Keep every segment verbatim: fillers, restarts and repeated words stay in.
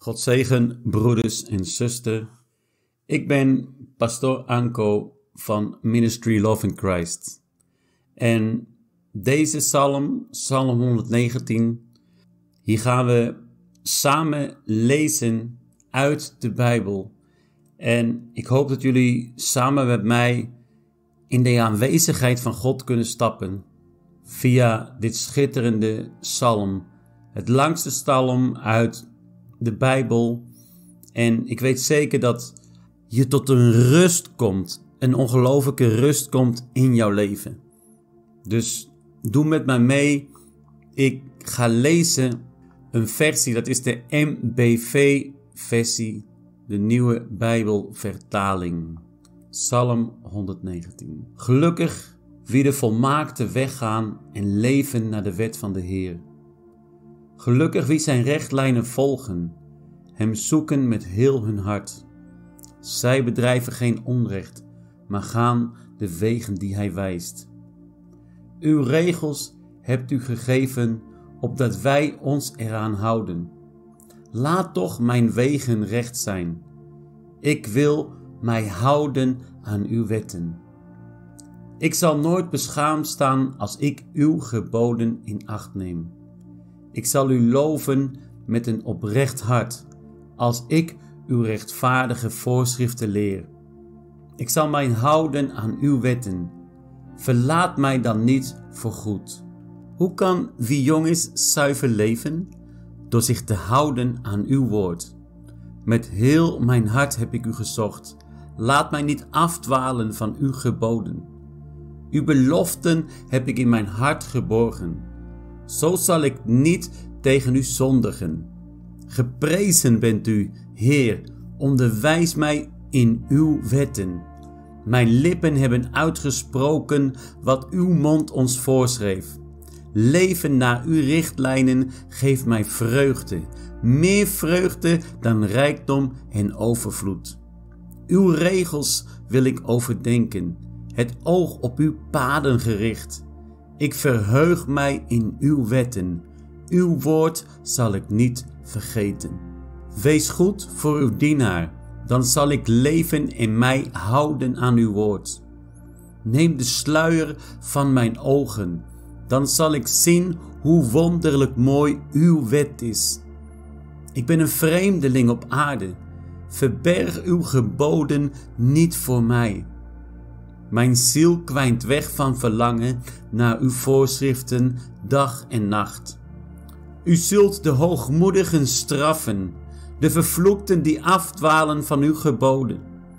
God zegen, broeders en zusters. Ik ben pastoor Anko van Ministry Love in Christ. En deze psalm, psalm honderdnegentien, hier gaan we samen lezen uit de Bijbel. En ik hoop dat jullie samen met mij in de aanwezigheid van God kunnen stappen via dit schitterende psalm. Het langste psalm uit de Bijbel. En ik weet zeker dat je tot een rust komt, een ongelofelijke rust komt in jouw leven. Dus doe met mij mee. Ik ga lezen een versie, dat is de M B V-versie, de nieuwe Bijbelvertaling. Psalm honderdnegentien. Gelukkig wie de volmaakte weg gaan en leven naar de wet van de Heer. Gelukkig wie zijn rechtlijnen volgen, hem zoeken met heel hun hart. Zij bedrijven geen onrecht, maar gaan de wegen die hij wijst. Uw regels hebt u gegeven, opdat wij ons eraan houden. Laat toch mijn wegen recht zijn. Ik wil mij houden aan uw wetten. Ik zal nooit beschaamd staan als ik uw geboden in acht neem. Ik zal u loven met een oprecht hart, als ik uw rechtvaardige voorschriften leer. Ik zal mij houden aan uw wetten. Verlaat mij dan niet voorgoed. Hoe kan wie jong is zuiver leven? Door zich te houden aan uw woord. Met heel mijn hart heb ik u gezocht. Laat mij niet afdwalen van uw geboden. Uw beloften heb ik in mijn hart geborgen. Zo zal ik niet tegen u zondigen. Geprezen bent u, Heer, onderwijs mij in uw wetten. Mijn lippen hebben uitgesproken wat uw mond ons voorschreef. Leven naar uw richtlijnen geeft mij vreugde, meer vreugde dan rijkdom en overvloed. Uw regels wil ik overdenken, het oog op uw paden gericht. Ik verheug mij in uw wetten, uw woord zal ik niet vergeten. Wees goed voor uw dienaar, dan zal ik leven en mij houden aan uw woord. Neem de sluier van mijn ogen, dan zal ik zien hoe wonderlijk mooi uw wet is. Ik ben een vreemdeling op aarde, verberg uw geboden niet voor mij. Mijn ziel kwijnt weg van verlangen naar uw voorschriften dag en nacht. U zult de hoogmoedigen straffen, de vervloekten die afdwalen van uw geboden.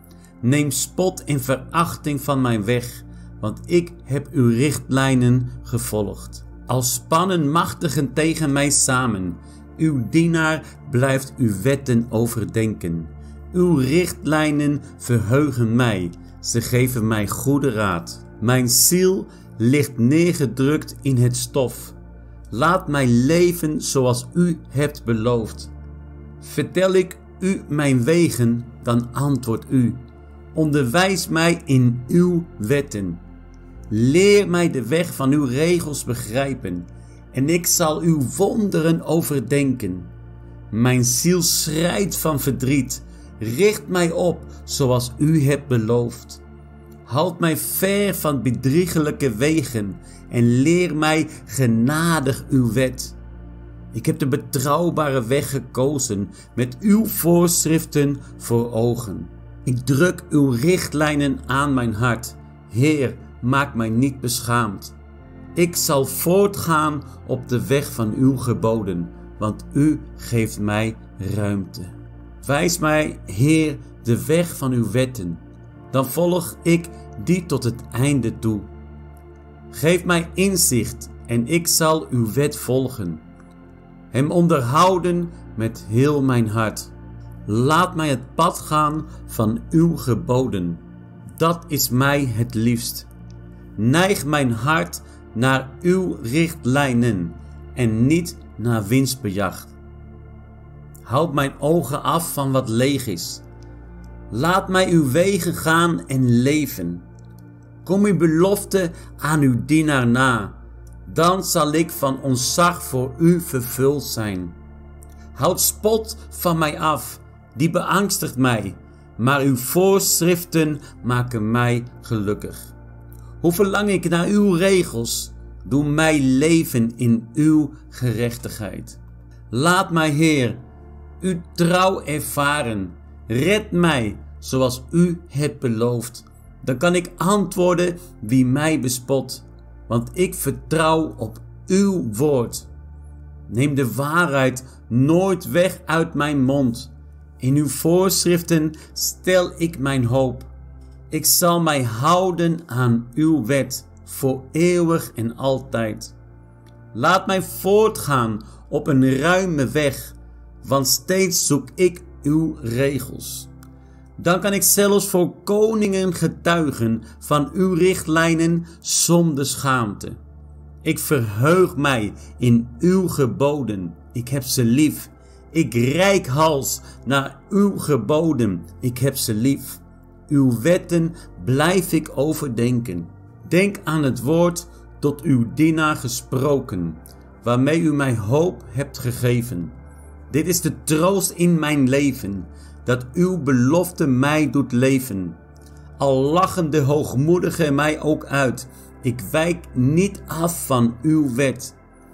Neem spot en verachting van mijn weg, want ik heb uw richtlijnen gevolgd. Als spannen machtigen tegen mij samen, uw dienaar blijft uw wetten overdenken. Uw richtlijnen verheugen mij, ze geven mij goede raad. Mijn ziel ligt neergedrukt in het stof. Laat mij leven zoals u hebt beloofd. Vertel ik u mijn wegen, dan antwoordt u. Onderwijs mij in uw wetten. Leer mij de weg van uw regels begrijpen, en ik zal uw wonderen overdenken. Mijn ziel schreit van verdriet. Richt mij op zoals u hebt beloofd. Houd mij ver van bedriegelijke wegen en leer mij genadig uw wet. Ik heb de betrouwbare weg gekozen met uw voorschriften voor ogen. Ik druk uw richtlijnen aan mijn hart. Heer, maak mij niet beschaamd. Ik zal voortgaan op de weg van uw geboden, want u geeft mij ruimte. Wijs mij, Heer, de weg van uw wetten, dan volg ik die tot het einde toe. Geef mij inzicht en ik zal uw wet volgen. Hem onderhouden met heel mijn hart. Laat mij het pad gaan van uw geboden. Dat is mij het liefst. Neig mijn hart naar uw richtlijnen en niet naar winstbejag. Houd mijn ogen af van wat leeg is. Laat mij uw wegen gaan en leven. Kom uw belofte aan uw dienaar na. Dan zal ik van ontzag voor u vervuld zijn. Houd spot van mij af, die beangstigt mij, maar uw voorschriften maken mij gelukkig. Hoe verlang ik naar uw regels, doe mij leven in uw gerechtigheid. Laat mij, Heer, uw trouw ervaren, red mij zoals u hebt beloofd. Dan kan ik antwoorden wie mij bespot, want ik vertrouw op uw woord. Neem de waarheid nooit weg uit mijn mond. In uw voorschriften stel ik mijn hoop. Ik zal mij houden aan uw wet voor eeuwig en altijd. Laat mij voortgaan op een ruime weg, want steeds zoek ik uw regels. Dan kan ik zelfs voor koningen getuigen van uw richtlijnen zonder schaamte. Ik verheug mij in uw geboden, ik heb ze lief. Ik reik hals naar uw geboden, ik heb ze lief. Uw wetten blijf ik overdenken. Denk aan het woord tot uw dienaar gesproken, waarmee u mij hoop hebt gegeven. Dit is de troost in mijn leven, dat uw belofte mij doet leven. Al lachen de hoogmoedigen mij ook uit, ik wijk niet af van uw wet.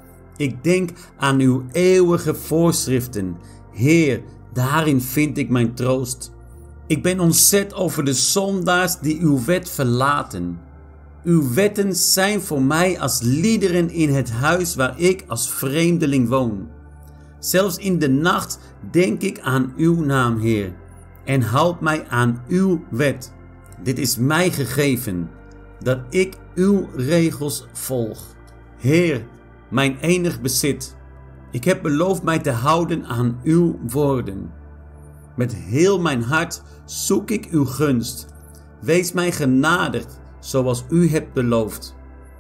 Ik denk aan uw eeuwige voorschriften. Heer, daarin vind ik mijn troost. Ik ben ontzet over de zondaars die uw wet verlaten. Uw wetten zijn voor mij als liederen in het huis waar ik als vreemdeling woon. Zelfs in de nacht denk ik aan uw naam, Heer, en houd mij aan uw wet. Dit is mij gegeven, dat ik uw regels volg. Heer, mijn enig bezit, ik heb beloofd mij te houden aan uw woorden. Met heel mijn hart zoek ik uw gunst. Wees mij genadig, zoals u hebt beloofd.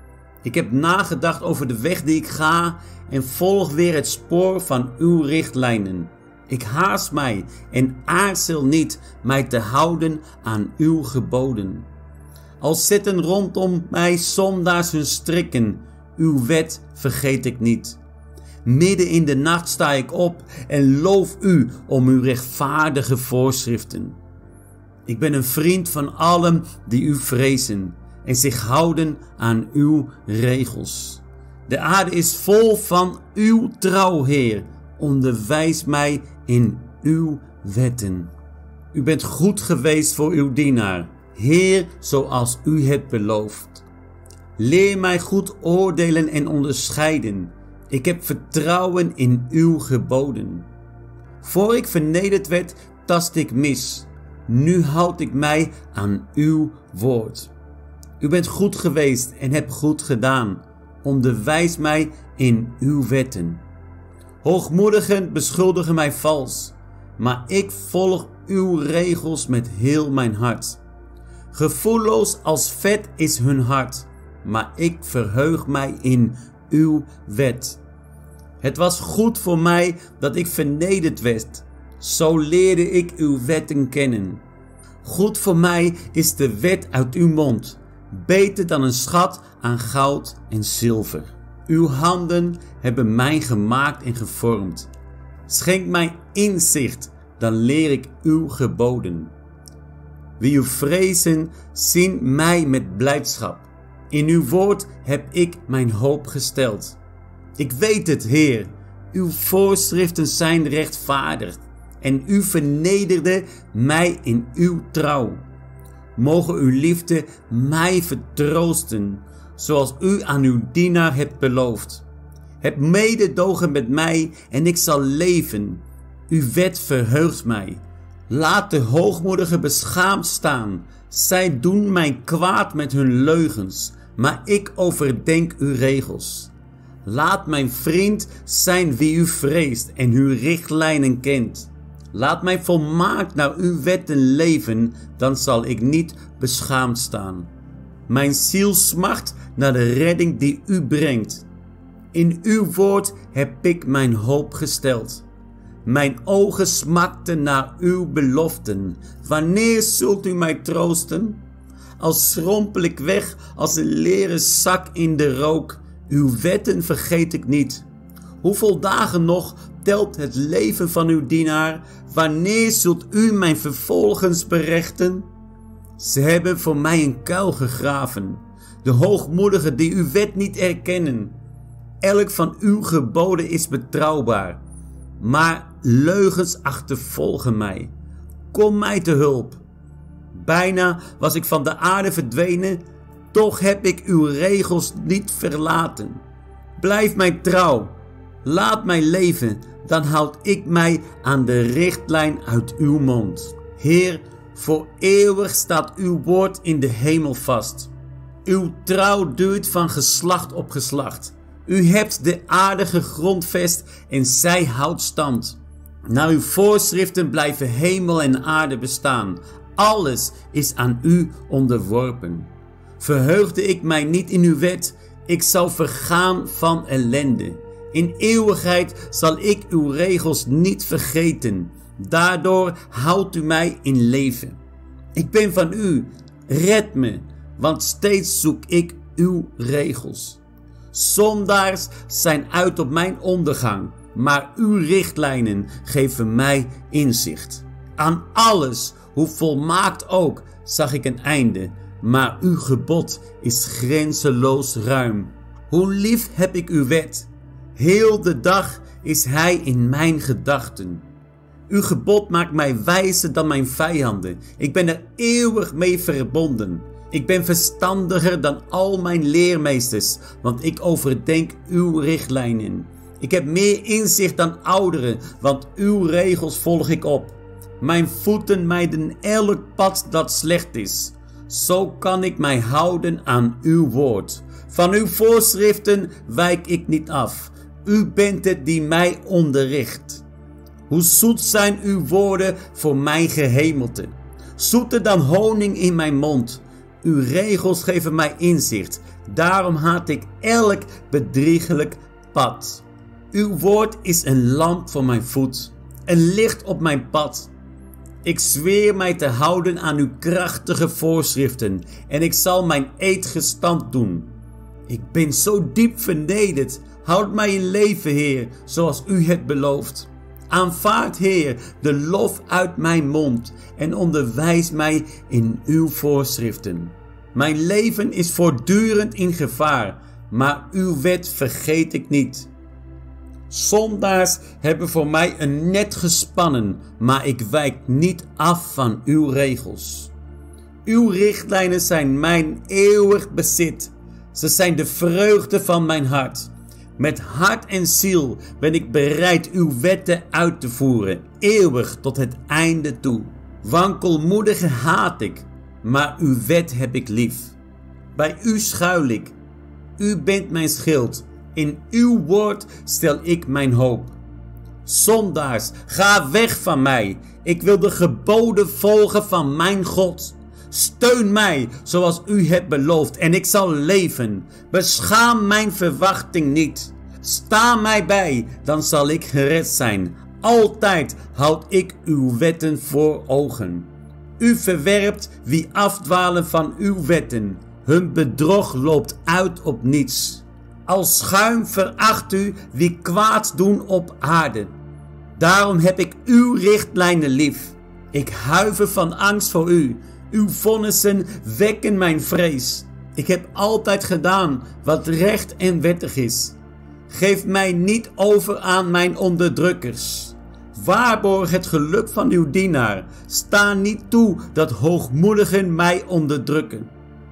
Ik heb nagedacht over de weg die ik ga en volg weer het spoor van uw richtlijnen. Ik haast mij en aarzel niet mij te houden aan uw geboden. Al zitten rondom mij zondaars hun strikken, uw wet vergeet ik niet. Midden in de nacht sta ik op en loof u om uw rechtvaardige voorschriften. Ik ben een vriend van allen die u vrezen en zich houden aan uw regels. De aarde is vol van uw trouw, Heer. Onderwijs mij in uw wetten. U bent goed geweest voor uw dienaar, Heer, zoals u hebt beloofd. Leer mij goed oordelen en onderscheiden. Ik heb vertrouwen in uw geboden. Voor ik vernederd werd, tast ik mis. Nu houd ik mij aan uw woord. U bent goed geweest en hebt goed gedaan. Onderwijs mij in uw wetten. Hoogmoedigen beschuldigen mij vals, maar ik volg uw regels met heel mijn hart. Gevoelloos als vet is hun hart, maar ik verheug mij in uw wet. Het was goed voor mij dat ik vernederd werd, zo leerde ik uw wetten kennen. Goed voor mij is de wet uit uw mond, beter dan een schat aan goud en zilver. Uw handen hebben mij gemaakt en gevormd. Schenk mij inzicht, dan leer ik uw geboden. Wie u vrezen, zien mij met blijdschap. In uw woord heb ik mijn hoop gesteld. Ik weet het, Heer, uw voorschriften zijn rechtvaardig en u vernederde mij in uw trouw. Mogen uw liefde mij vertroosten, zoals u aan uw dienaar hebt beloofd. Heb mededogen met mij en ik zal leven. Uw wet verheugt mij. Laat de hoogmoedigen beschaamd staan. Zij doen mij kwaad met hun leugens, maar ik overdenk uw regels. Laat mijn vriend zijn wie u vreest en uw richtlijnen kent. Laat mij volmaakt naar uw wetten leven, dan zal ik niet beschaamd staan. Mijn ziel smacht naar de redding die u brengt. In uw woord heb ik mijn hoop gesteld. Mijn ogen smakten naar uw beloften. Wanneer zult u mij troosten? Als schrompel ik weg als een leren zak in de rook. Uw wetten vergeet ik niet. Hoeveel dagen nog telt het leven van uw dienaar? Wanneer zult u mijn vervolgens berechten? Ze hebben voor mij een kuil gegraven, de hoogmoedigen die uw wet niet erkennen. Elk van uw geboden is betrouwbaar, maar leugens achtervolgen mij. Kom mij te hulp. Bijna was ik van de aarde verdwenen, toch heb ik uw regels niet verlaten. Blijf mij trouw, laat mij leven, dan houd ik mij aan de richtlijn uit uw mond. Heer, voor eeuwig staat uw woord in de hemel vast. Uw trouw duurt van geslacht op geslacht. U hebt de aarde gegrondvest en zij houdt stand. Naar uw voorschriften blijven hemel en aarde bestaan. Alles is aan u onderworpen. Verheugde ik mij niet in uw wet, ik zal vergaan van ellende. In eeuwigheid zal ik uw regels niet vergeten. Daardoor houdt u mij in leven. Ik ben van u, red me, want steeds zoek ik uw regels. Zondaars zijn uit op mijn ondergang, maar uw richtlijnen geven mij inzicht. Aan alles, hoe volmaakt ook, zag ik een einde, maar uw gebod is grenzeloos ruim. Hoe lief heb ik uw wet, heel de dag is hij in mijn gedachten. Uw gebod maakt mij wijzer dan mijn vijanden, ik ben er eeuwig mee verbonden. Ik ben verstandiger dan al mijn leermeesters, want ik overdenk uw richtlijnen. Ik heb meer inzicht dan ouderen, want uw regels volg ik op. Mijn voeten mijden elk pad dat slecht is. Zo kan ik mij houden aan uw woord. Van uw voorschriften wijk ik niet af. U bent het die mij onderricht. Hoe zoet zijn uw woorden voor mijn gehemelte. Zoeter dan honing in mijn mond. Uw regels geven mij inzicht. Daarom haat ik elk bedriegelijk pad. Uw woord is een lamp voor mijn voet, een licht op mijn pad. Ik zweer mij te houden aan uw krachtige voorschriften en ik zal mijn eed gestand doen. Ik ben zo diep vernederd. Houd mij in leven, Heer, zoals u het belooft. Aanvaard, Heer, de lof uit mijn mond en onderwijs mij in uw voorschriften. Mijn leven is voortdurend in gevaar, maar uw wet vergeet ik niet. Zondaars hebben voor mij een net gespannen, maar ik wijk niet af van uw regels. Uw richtlijnen zijn mijn eeuwig bezit. Ze zijn de vreugde van mijn hart. Met hart en ziel ben ik bereid uw wetten uit te voeren, eeuwig tot het einde toe. Wankelmoedigen haat ik, maar uw wet heb ik lief. Bij u schuil ik. U bent mijn schild. In uw woord stel ik mijn hoop. Zondaars, ga weg van mij. Ik wil de geboden volgen van mijn God. Steun mij zoals u hebt beloofd en ik zal leven. Beschaam mijn verwachting niet. Sta mij bij, dan zal ik gered zijn. Altijd houd ik uw wetten voor ogen. U verwerpt wie afdwalen van uw wetten. Hun bedrog loopt uit op niets. Als schuim veracht u wie kwaad doen op aarde. Daarom heb ik uw richtlijnen lief. Ik huiver van angst voor u. Uw vonnissen wekken mijn vrees. Ik heb altijd gedaan wat recht en wettig is. Geef mij niet over aan mijn onderdrukkers. Waarborg het geluk van uw dienaar. Sta niet toe dat hoogmoedigen mij onderdrukken.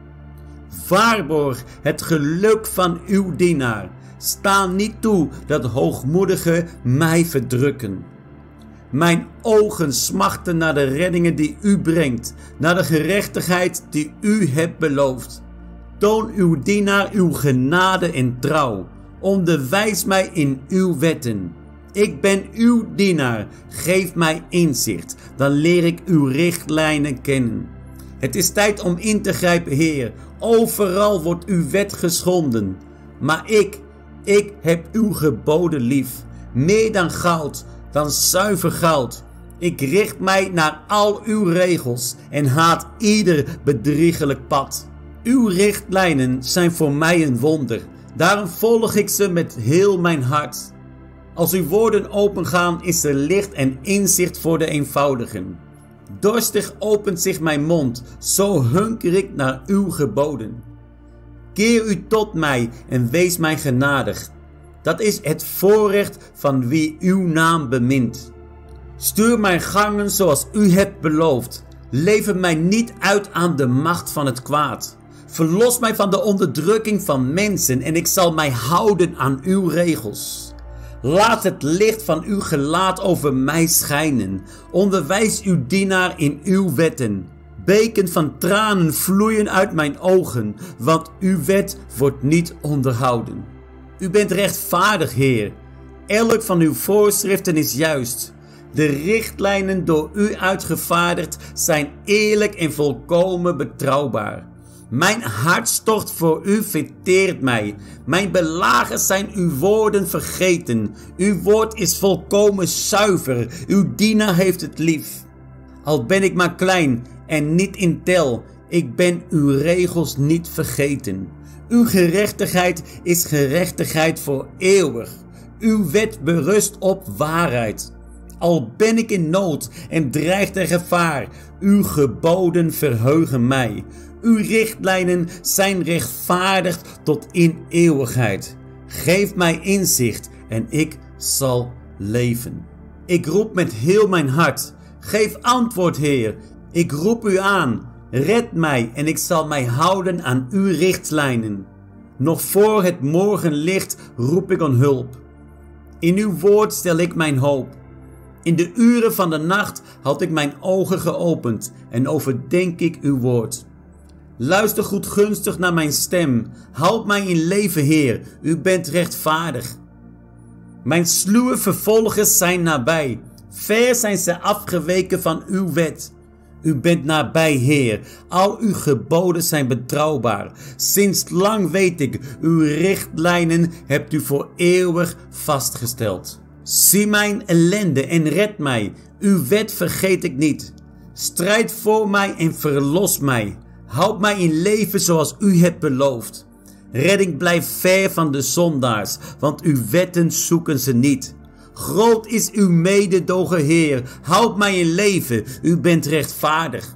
Waarborg het geluk van uw dienaar. Sta niet toe dat hoogmoedigen mij verdrukken. Mijn ogen smachten naar de reddingen die u brengt, naar de gerechtigheid die u hebt beloofd. Toon uw dienaar uw genade en trouw. Onderwijs mij in uw wetten. Ik ben uw dienaar. Geef mij inzicht, dan leer ik uw richtlijnen kennen. Het is tijd om in te grijpen, Heer. Overal wordt uw wet geschonden. Maar ik, ik heb uw geboden lief. Meer dan goud, dan zuiver goud. Ik richt mij naar al uw regels en haat ieder bedriegelijk pad. Uw richtlijnen zijn voor mij een wonder. Daarom volg ik ze met heel mijn hart. Als uw woorden opengaan, is er licht en inzicht voor de eenvoudigen. Dorstig opent zich mijn mond, zo hunker ik naar uw geboden. Keer u tot mij en wees mij genadig. Dat is het voorrecht van wie uw naam bemint. Stuur mijn gangen zoals u hebt beloofd. Lever mij niet uit aan de macht van het kwaad. Verlos mij van de onderdrukking van mensen en ik zal mij houden aan uw regels. Laat het licht van uw gelaat over mij schijnen. Onderwijs uw dienaar in uw wetten. Beken van tranen vloeien uit mijn ogen, want uw wet wordt niet onderhouden. U bent rechtvaardig, Heer. Elk van uw voorschriften is juist. De richtlijnen door u uitgevaardigd zijn eerlijk en volkomen betrouwbaar. Mijn hartstocht voor u verteert mij. Mijn belagers zijn uw woorden vergeten. Uw woord is volkomen zuiver. Uw dienaar heeft het lief. Al ben ik maar klein en niet in tel, ik ben uw regels niet vergeten. Uw gerechtigheid is gerechtigheid voor eeuwig. Uw wet berust op waarheid. Al ben ik in nood en dreigt er gevaar, uw geboden verheugen mij. Uw richtlijnen zijn rechtvaardig tot in eeuwigheid. Geef mij inzicht en ik zal leven. Ik roep met heel mijn hart. Geef antwoord, Heer. Ik roep u aan. Red mij en ik zal mij houden aan uw richtlijnen. Nog voor het morgenlicht roep ik om hulp. In uw woord stel ik mijn hoop. In de uren van de nacht had ik mijn ogen geopend en overdenk ik uw woord. Luister goedgunstig naar mijn stem. Houd mij in leven, Heer. U bent rechtvaardig. Mijn sluwe vervolgers zijn nabij. Ver zijn ze afgeweken van uw wet. U bent nabij, Heer. Al uw geboden zijn betrouwbaar. Sinds lang weet ik, uw richtlijnen hebt u voor eeuwig vastgesteld. Zie mijn ellende en red mij. Uw wet vergeet ik niet. Strijd voor mij en verlos mij. Houd mij in leven zoals u hebt beloofd. Redding blijft ver van de zondaars, want uw wetten zoeken ze niet. Groot is uw mededogen, Heer. Houd mij in leven, u bent rechtvaardig.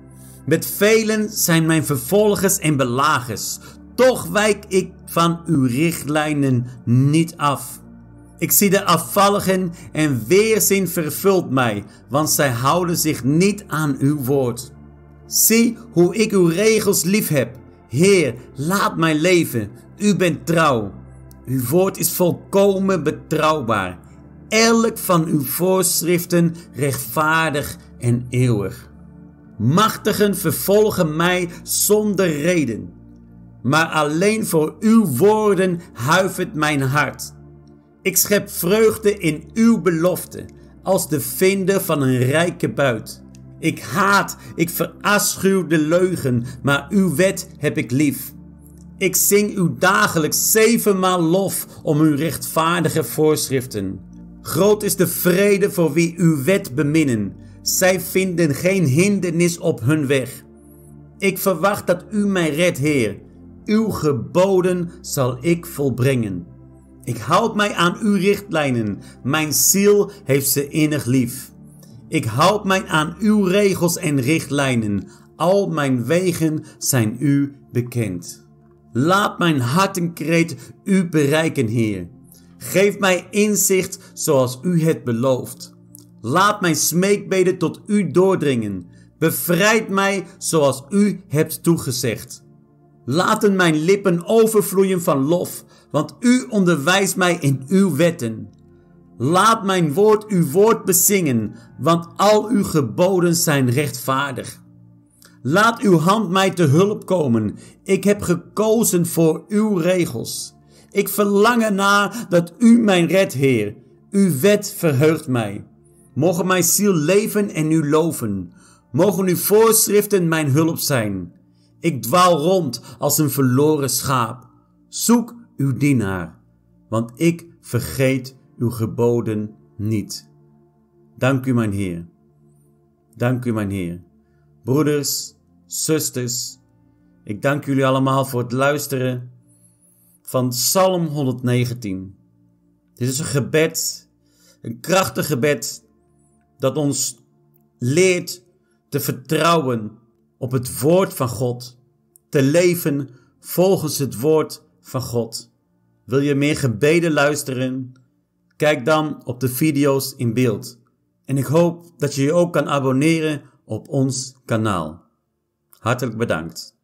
Met velen zijn mijn vervolgers en belagers. Toch wijk ik van uw richtlijnen niet af. Ik zie de afvalligen en weerzin vervult mij, want zij houden zich niet aan uw woord. Zie hoe ik uw regels lief heb. Heer, laat mij leven. U bent trouw. Uw woord is volkomen betrouwbaar. Elk van uw voorschriften rechtvaardig en eeuwig. Machtigen vervolgen mij zonder reden. Maar alleen voor uw woorden huivert mijn hart. Ik schep vreugde in uw belofte, als de vinder van een rijke buit. Ik haat, ik verafschuw de leugen, maar uw wet heb ik lief. Ik zing u dagelijks zevenmaal lof om uw rechtvaardige voorschriften. Groot is de vrede voor wie uw wet beminnen. Zij vinden geen hindernis op hun weg. Ik verwacht dat u mij redt, Heer. Uw geboden zal ik volbrengen. Ik houd mij aan uw richtlijnen. Mijn ziel heeft ze innig lief. Ik houd mij aan uw regels en richtlijnen. Al mijn wegen zijn u bekend. Laat mijn hartenkreet u bereiken, Heer. Geef mij inzicht zoals u het belooft. Laat mijn smeekbeden tot u doordringen. Bevrijd mij zoals u hebt toegezegd. Laten mijn lippen overvloeien van lof, want u onderwijst mij in uw wetten. Laat mijn woord uw woord bezingen, want al uw geboden zijn rechtvaardig. Laat uw hand mij te hulp komen. Ik heb gekozen voor uw regels. Ik verlang ernaar dat u mij redt, Heer. Uw wet verheugt mij. Mogen mijn ziel leven en u loven. Mogen uw voorschriften mijn hulp zijn. Ik dwaal rond als een verloren schaap. Zoek uw dienaar, want ik vergeet uw geboden niet. Dank u, mijn Heer. Dank u, mijn Heer. Broeders, zusters, ik dank jullie allemaal voor het luisteren van Psalm honderdnegentien. Dit is een gebed, een krachtig gebed, dat ons leert te vertrouwen op het woord van God, te leven volgens het woord van God. Wil je meer gebeden luisteren? Kijk dan op de video's in beeld. En ik hoop dat je je ook kan abonneren op ons kanaal. Hartelijk bedankt.